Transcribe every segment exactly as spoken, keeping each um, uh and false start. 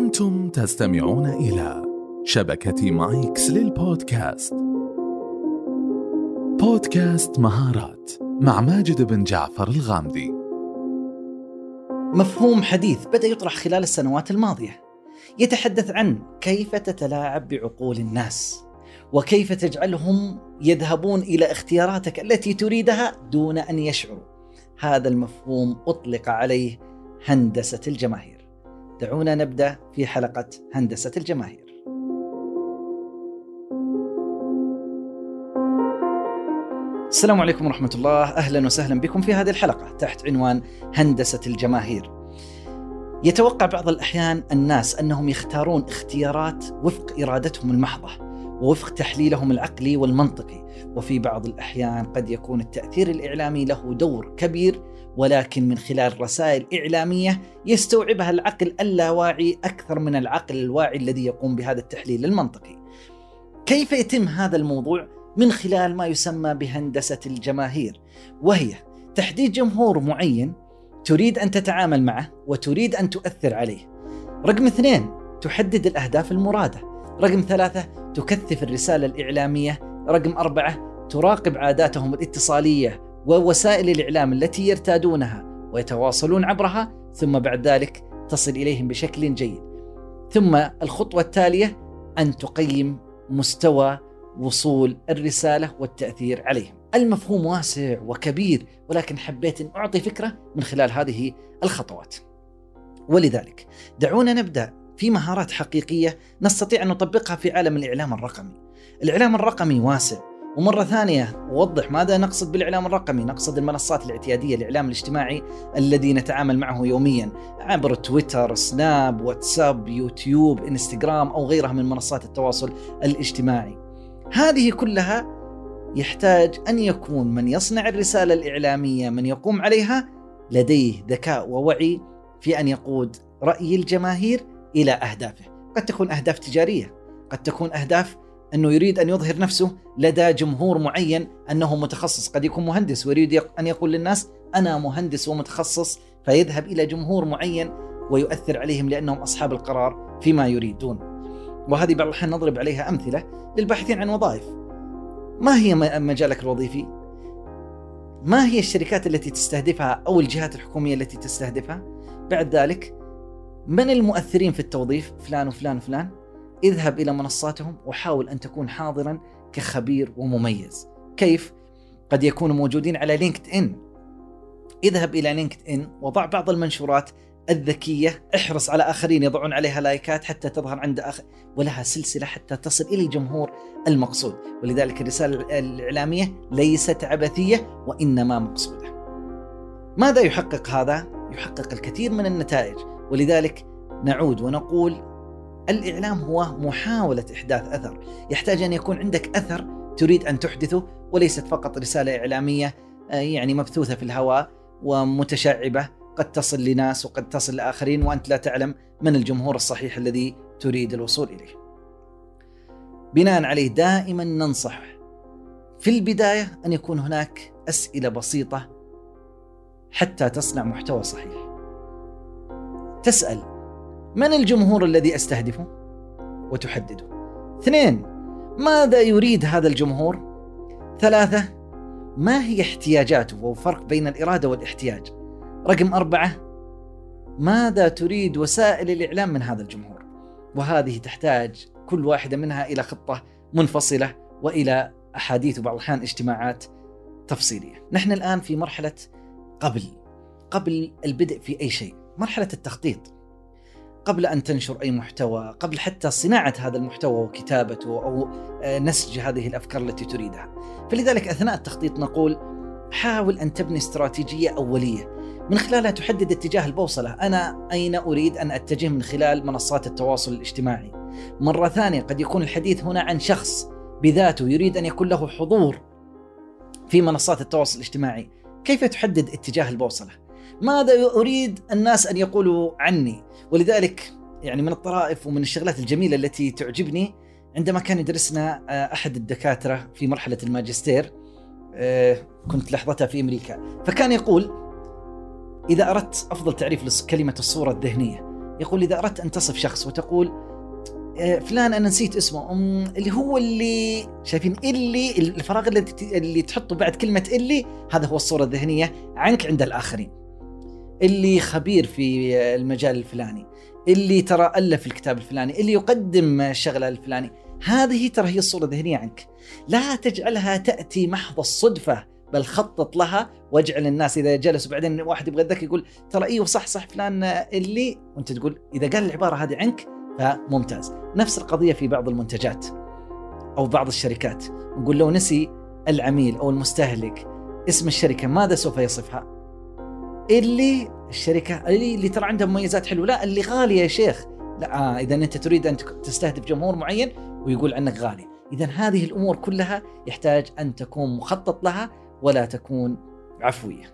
أنتم تستمعون إلى شبكة مايكس للبودكاست. بودكاست مهارات مع ماجد بن جعفر الغامدي. مفهوم حديث بدأ يطرح خلال السنوات الماضية، يتحدث عن كيف تتلاعب بعقول الناس وكيف تجعلهم يذهبون إلى اختياراتك التي تريدها دون أن يشعروا. هذا المفهوم أطلق عليه هندسة الجماهير. دعونا نبدأ في حلقة هندسة الجماهير. السلام عليكم ورحمة الله، أهلا وسهلا بكم في هذه الحلقة تحت عنوان هندسة الجماهير. يتوقع بعض الأحيان الناس أنهم يختارون اختيارات وفق إرادتهم المحضة ووفق تحليلهم العقلي والمنطقي، وفي بعض الأحيان قد يكون التأثير الإعلامي له دور كبير، ولكن من خلال رسائل إعلامية يستوعبها العقل اللاواعي أكثر من العقل الواعي الذي يقوم بهذا التحليل المنطقي. كيف يتم هذا الموضوع؟ من خلال ما يسمى بهندسة الجماهير، وهي تحديد جمهور معين تريد أن تتعامل معه وتريد أن تؤثر عليه. رقم اثنين، تحدد الأهداف المرادة. رقم ثلاثة، تكثف الرسالة الإعلامية. رقم أربعة، تراقب عاداتهم الاتصالية ووسائل الإعلام التي يرتادونها ويتواصلون عبرها، ثم بعد ذلك تصل إليهم بشكل جيد. ثم الخطوة التالية أن تقيم مستوى وصول الرسالة والتأثير عليهم. المفهوم واسع وكبير، ولكن حبيت أن أعطي فكرة من خلال هذه الخطوات. ولذلك دعونا نبدأ في مهارات حقيقية نستطيع أن نطبقها في عالم الإعلام الرقمي. الإعلام الرقمي واسع، ومرة ثانية أوضح ماذا نقصد بالإعلام الرقمي. نقصد المنصات الاعتيادية، الإعلام الاجتماعي الذي نتعامل معه يوميا عبر تويتر، سناب، واتساب، يوتيوب، إنستغرام أو غيرها من منصات التواصل الاجتماعي. هذه كلها يحتاج أن يكون من يصنع الرسالة الإعلامية، من يقوم عليها، لديه ذكاء ووعي في أن يقود رأي الجماهير إلى أهدافه. قد تكون أهداف تجارية، قد تكون أهداف أنه يريد أن يظهر نفسه لدى جمهور معين أنه متخصص. قد يكون مهندس ويريد أن يقول للناس أنا مهندس ومتخصص، فيذهب إلى جمهور معين ويؤثر عليهم لأنهم أصحاب القرار فيما يريدون. وهذه بعض الأحيان نضرب عليها أمثلة للباحثين عن وظائف. ما هي مجالك الوظيفي؟ ما هي الشركات التي تستهدفها أو الجهات الحكومية التي تستهدفها؟ بعد ذلك من المؤثرين في التوظيف؟ فلان وفلان وفلان. اذهب إلى منصاتهم وحاول أن تكون حاضرا كخبير ومميز. كيف؟ قد يكونوا موجودين على لينكد إن. اذهب إلى لينكد إن وضع بعض المنشورات الذكية، احرص على آخرين يضعون عليها لايكات حتى تظهر عند آخر، ولها سلسلة حتى تصل إلى الجمهور المقصود. ولذلك الرسالة الإعلامية ليست عبثية وإنما مقصودة. ماذا يحقق هذا؟ يحقق الكثير من النتائج. ولذلك نعود ونقول الإعلام هو محاولة إحداث أثر. يحتاج أن يكون عندك أثر تريد أن تحدثه، وليست فقط رسالة إعلامية يعني مبثوثة في الهواء ومتشعبة، قد تصل لناس وقد تصل لآخرين وأنت لا تعلم من الجمهور الصحيح الذي تريد الوصول إليه. بناء عليه دائما ننصح في البداية أن يكون هناك أسئلة بسيطة حتى تصنع محتوى صحيح. تسأل من الجمهور الذي أستهدفه وتحدده. اثنين، ماذا يريد هذا الجمهور؟ ثلاثة، ما هي احتياجاته وفرق بين الإرادة والاحتياج؟ رقم أربعة، ماذا تريد وسائل الإعلام من هذا الجمهور؟ وهذه تحتاج كل واحدة منها إلى خطة منفصلة وإلى أحاديث وبعض الأحيان اجتماعات تفصيلية. نحن الآن في مرحلة قبل قبل البدء في أي شيء، مرحلة التخطيط. قبل أن تنشر أي محتوى، قبل حتى صناعة هذا المحتوى وكتابته أو نسج هذه الأفكار التي تريدها. فلذلك أثناء التخطيط نقول حاول أن تبني استراتيجية أولية من خلالها تحدد اتجاه البوصلة. أنا أين أريد أن أتجه من خلال منصات التواصل الاجتماعي. مرة ثانية قد يكون الحديث هنا عن شخص بذاته يريد أن يكون له حضور في منصات التواصل الاجتماعي. كيف تحدد اتجاه البوصلة؟ ماذا أريد الناس أن يقولوا عني؟ ولذلك يعني من الطرائف ومن الشغلات الجميلة التي تعجبني عندما كان يدرسنا أحد الدكاترة في مرحلة الماجستير، كنت لحظتها في أمريكا، فكان يقول إذا أردت أفضل تعريف لكلمة الصورة الذهنية، يقول إذا أردت أن تصف شخص وتقول فلان أنا نسيت اسمه، اللي هو اللي شايفين اللي الفراغ اللي اللي تحطه بعد كلمة اللي، هذا هو الصورة الذهنية عنك عند الآخرين. اللي خبير في المجال الفلاني، اللي ترى ألف الكتاب الفلاني، اللي يقدم الشغلة الفلاني، هذه ترى هي الصورة الذهنية عنك. لا تجعلها تأتي محض الصدفة، بل خطط لها واجعل الناس إذا جلسوا بعدين واحد يبغى يذكر يقول ترى إيه صح صح فلان اللي، وأنت تقول إذا قال العبارة هذه عنك فممتاز. نفس القضية في بعض المنتجات أو بعض الشركات، نقول لو نسي العميل أو المستهلك اسم الشركة ماذا سوف يصفها؟ اللي الشركة اللي, اللي ترى عندها مميزات حلوة، لا اللي غالية يا شيخ، لا آه إذا أنت تريد أن تستهدف جمهور معين ويقول عنك غالي. إذا هذه الأمور كلها يحتاج أن تكون مخطط لها ولا تكون عفوية.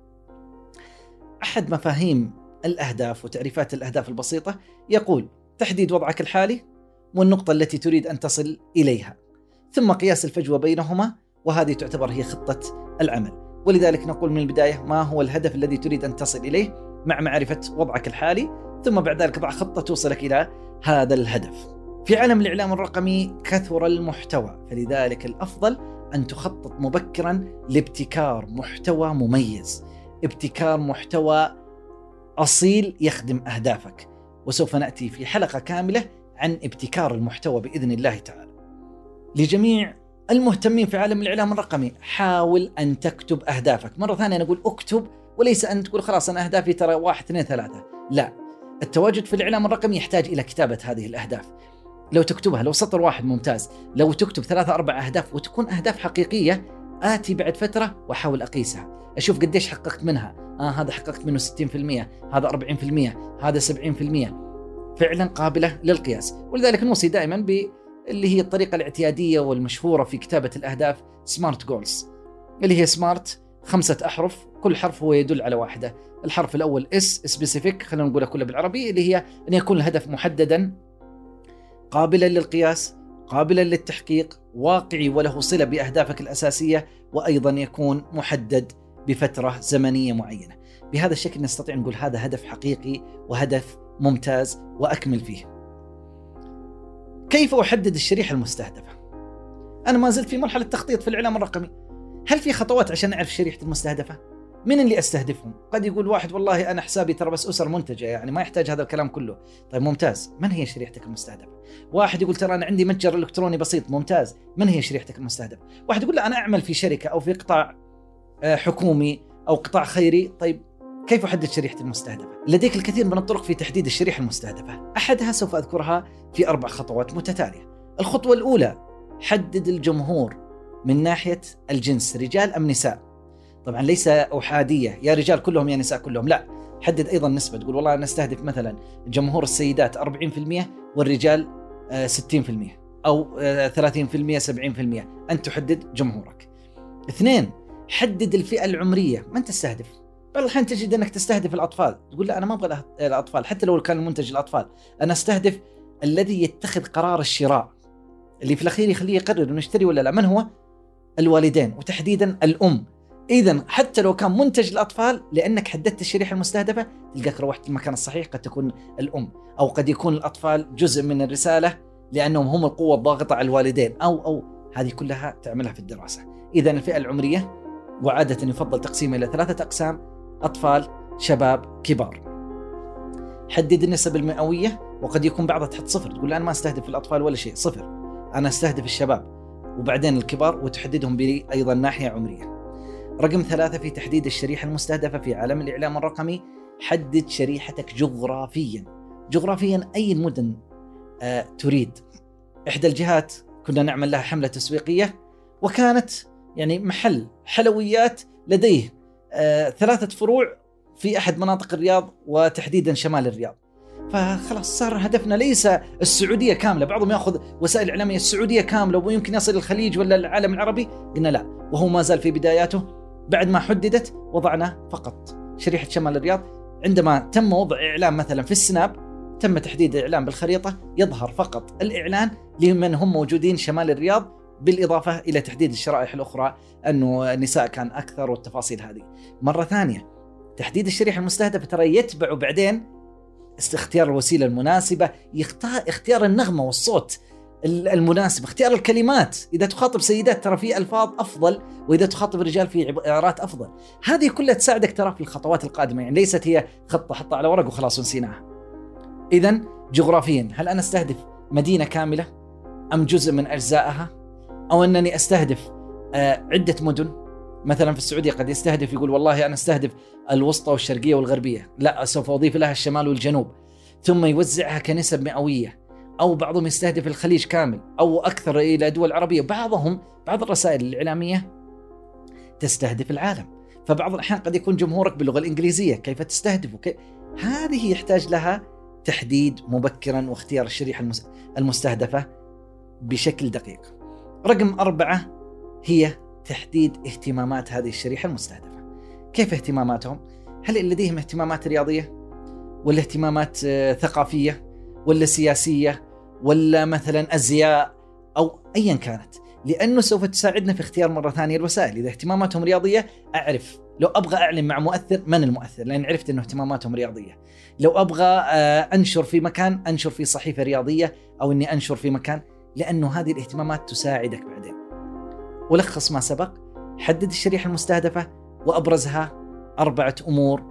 أحد مفاهيم الأهداف وتعريفات الأهداف البسيطة يقول تحديد وضعك الحالي والنقطة التي تريد أن تصل إليها، ثم قياس الفجوة بينهما، وهذه تعتبر هي خطة العمل. ولذلك نقول من البداية ما هو الهدف الذي تريد أن تصل إليه مع معرفة وضعك الحالي، ثم بعد ذلك ضع خطة توصلك إلى هذا الهدف. في عالم الإعلام الرقمي كثر المحتوى، فلذلك الأفضل أن تخطط مبكرا لابتكار محتوى مميز، ابتكار محتوى أصيل يخدم أهدافك. وسوف نأتي في حلقة كاملة عن ابتكار المحتوى بإذن الله تعالى. لجميع المهتمين في عالم الإعلام الرقمي، حاول أن تكتب أهدافك. مرة ثانية نقول اكتب، وليس أن تقول خلاص أنا أهدافي ترى واحد اثنين ثلاثة، لا، التواجد في الإعلام الرقمي يحتاج إلى كتابة هذه الأهداف. لو تكتبها لو سطر واحد ممتاز، لو تكتب ثلاثة أربع أهداف وتكون أهداف حقيقية، آتي بعد فترة وحاول أقيسها، أشوف قديش حققت منها. آه هذا حققت منه ستين بالمئة، هذا أربعين بالمئة، هذا سبعين بالمئة، فعلا قابلة للقياس. ولذلك نوصي دائما باللي هي الطريقة الاعتيادية والمشهورة في كتابة الأهداف، سمارت جولز، اللي هي سمارت خمسة أحرف، كل حرف هو يدل على واحدة. الحرف الأول اس سبيسيفيك، خلينا نقولها كلها بالعربي، اللي هي أن يكون الهدف محددا، قابلا للقياس، قابلا للتحقيق، واقعي وله صلة بأهدافك الأساسية، وأيضا يكون محدد بفترة زمنية معينة. بهذا الشكل نستطيع نقول هذا هدف حقيقي وهدف ممتاز وأكمل فيه. كيف أحدد الشريحة المستهدفة؟ أنا ما زلت في مرحلة تخطيط في الإعلام الرقمي. هل في خطوات عشان نعرف شريحة المستهدفة؟ من اللي أستهدفهم؟ قد يقول واحد والله أنا حسابي ترى بس أسر منتجة، يعني ما يحتاج هذا الكلام كله. طيب ممتاز، من هي شريحتك المستهدفة؟ واحد يقول ترى أنا عندي متجر إلكتروني بسيط، ممتاز، من هي شريحتك المستهدفة؟ واحد يقول لا أنا أعمل في شركة أو في قطاع حكومي أو قطاع خيري. طيب كيف أحدد شريحة المستهدفة؟ لديك الكثير من الطرق في تحديد الشريحة المستهدفة، أحدها سوف أذكرها في أربع خطوات متتالية. الخطوة الأولى، حدد الجمهور من ناحية الجنس، رجال أم نساء. طبعا ليس أحادية يا رجال كلهم يا نساء كلهم، لا، حدد أيضا نسبة، تقول والله أنا أستهدف مثلا جمهور السيدات أربعين بالمئة والرجال ستين بالمئة أو ثلاثين بالمئة سبعين بالمئة، أنت تحدد جمهورك. اثنين، حدد الفئة العمرية من تستهدف. بعض الأحيان تجد أنك تستهدف الأطفال، تقول لا أنا ما أبغى الأطفال حتى لو كان المنتج الأطفال، أنا أستهدف الذي يتخذ قرار الشراء، اللي في الأخير يخليه يقرر إنه يشتري ولا لا، من هو؟ الوالدين، وتحديدا الأم. إذن حتى لو كان منتج الأطفال، لأنك حددت الشريحة المستهدفة تلقاك روحت المكان الصحيح، قد تكون الأم، أو قد يكون الأطفال جزء من الرسالة لأنهم هم القوة الضاغطة على الوالدين، أو أو هذه كلها تعملها في الدراسة. إذن الفئة العمرية، وعادة يفضل تقسيمها إلى ثلاثة أقسام: أطفال، شباب، كبار. حدد النسب المئوية، وقد يكون بعضها تحط صفر، تقول أنا ما أستهدف الأطفال ولا شيء، صفر، أنا أستهدف الشباب وبعدين الكبار، وتحددهم بأيضا ناحية عمرية. رقم ثلاثة في تحديد الشريحة المستهدفة في عالم الإعلام الرقمي، حدد شريحتك جغرافيا. جغرافيا أي المدن آه تريد. إحدى الجهات كنا نعمل لها حملة تسويقية، وكانت يعني محل حلويات لديه آه ثلاثة فروع في أحد مناطق الرياض، وتحديدا شمال الرياض. فخلاص صار هدفنا ليس السعودية كاملة، بعضهم يأخذ وسائل الإعلامية السعودية كاملة ويمكن يصل الخليج ولا العالم العربي، قلنا لا، وهو ما زال في بداياته. بعد ما حددت وضعنا فقط شريحة شمال الرياض. عندما تم وضع إعلان مثلا في السناب، تم تحديد الإعلان بالخريطة، يظهر فقط الإعلان لمن هم موجودين شمال الرياض، بالإضافة إلى تحديد الشرائح الأخرى أنه النساء كان أكثر والتفاصيل هذه. مرة ثانية، تحديد الشريحة المستهدفة ترى يتبع بعدين اختيار الوسيلة المناسبة، يختار اختيار النغمة والصوت المناسب، اختيار الكلمات. إذا تخاطب سيدات ترى في ألفاظ أفضل، وإذا تخاطب رجال في عبارات أفضل. هذه كلها تساعدك ترى في الخطوات القادمة، يعني ليست هي خطة حطها على ورق وخلاص ونسيناها. إذن جغرافيا، هل أنا أستهدف مدينة كاملة أم جزء من أجزائها، أو أنني أستهدف آه عدة مدن؟ مثلا في السعودية قد يستهدف يقول والله أنا أستهدف الوسطى والشرقية والغربية، لا سوف أضيف لها الشمال والجنوب، ثم يوزعها كنسب مئوية. أو بعضهم يستهدف الخليج كامل أو أكثر إلى دول عربية. بعضهم بعض الرسائل الإعلامية تستهدف العالم، فبعض الأحيان قد يكون جمهورك باللغة الإنجليزية، كيف تستهدف وكيف؟ هذه يحتاج لها تحديد مبكرا واختيار الشريحة المستهدفة بشكل دقيق. رقم أربعة هي تحديد اهتمامات هذه الشريحة المستهدفة. كيف اهتماماتهم؟ هل لديهم اهتمامات رياضية، ولا اهتمامات ثقافية، ولا سياسية، ولا مثلا أزياء، أو أيا كانت؟ لأنه سوف تساعدنا في اختيار مرة ثانية الوسائل. إذا اهتماماتهم رياضية أعرف لو أبغى أعلن مع مؤثر من المؤثر، لأن عرفت أنه اهتماماتهم رياضية. لو أبغى أنشر في مكان أنشر في صحيفة رياضية، أو أني أنشر في مكان، لأنه هذه الاهتمامات تساعدك بعدين. ولخص ما سبق، حدد الشريحة المستهدفة وأبرزها أربعة أمور: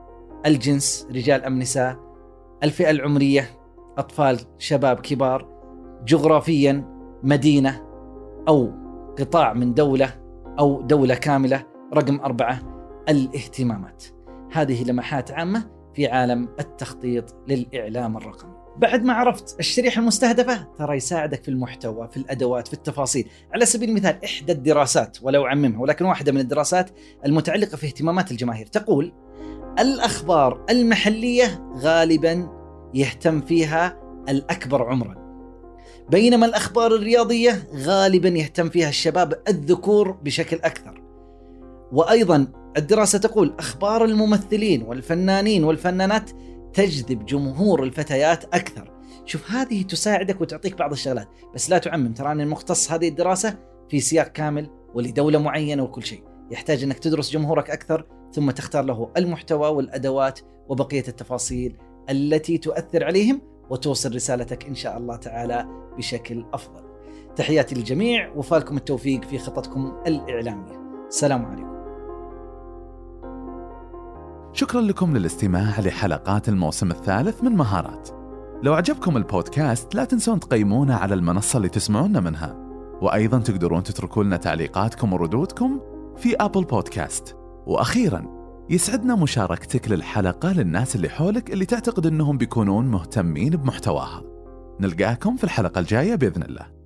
الجنس رجال أم نساء، الفئة العمرية أطفال شباب كبار، جغرافيا مدينة أو قطاع من دولة أو دولة كاملة. رقم أربعة الاهتمامات. هذه لمحات عامة في عالم التخطيط للإعلام الرقمي. بعد ما عرفت الشريحة المستهدفة ترى يساعدك في المحتوى، في الأدوات، في التفاصيل. على سبيل المثال إحدى الدراسات، ولو عممها، ولكن واحدة من الدراسات المتعلقة في اهتمامات الجماهير تقول الأخبار المحلية غالبا يهتم فيها الأكبر عمرا، بينما الأخبار الرياضية غالبا يهتم فيها الشباب الذكور بشكل أكثر. وأيضا الدراسة تقول أخبار الممثلين والفنانين والفنانات تجذب جمهور الفتيات أكثر. شوف، هذه تساعدك وتعطيك بعض الشغلات، بس لا تعمم. ترى أن المختص هذه الدراسة في سياق كامل ولدولة معينة وكل شيء. يحتاج أنك تدرس جمهورك أكثر، ثم تختار له المحتوى والأدوات وبقية التفاصيل التي تؤثر عليهم، وتوصل رسالتك إن شاء الله تعالى بشكل أفضل. تحياتي للجميع، وفالكم التوفيق في خطتكم الإعلامية. السلام عليكم. شكرا لكم للاستماع لحلقات الموسم الثالث من مهارات. لو عجبكم البودكاست لا تنسون تقيمونا على المنصة اللي تسمعونا منها، وأيضا تقدرون تتركوا لنا تعليقاتكم وردودكم في أبل بودكاست. وأخيرا يسعدنا مشاركتك للحلقة للناس اللي حولك اللي تعتقد أنهم بيكونون مهتمين بمحتواها. نلقاكم في الحلقة الجاية بإذن الله.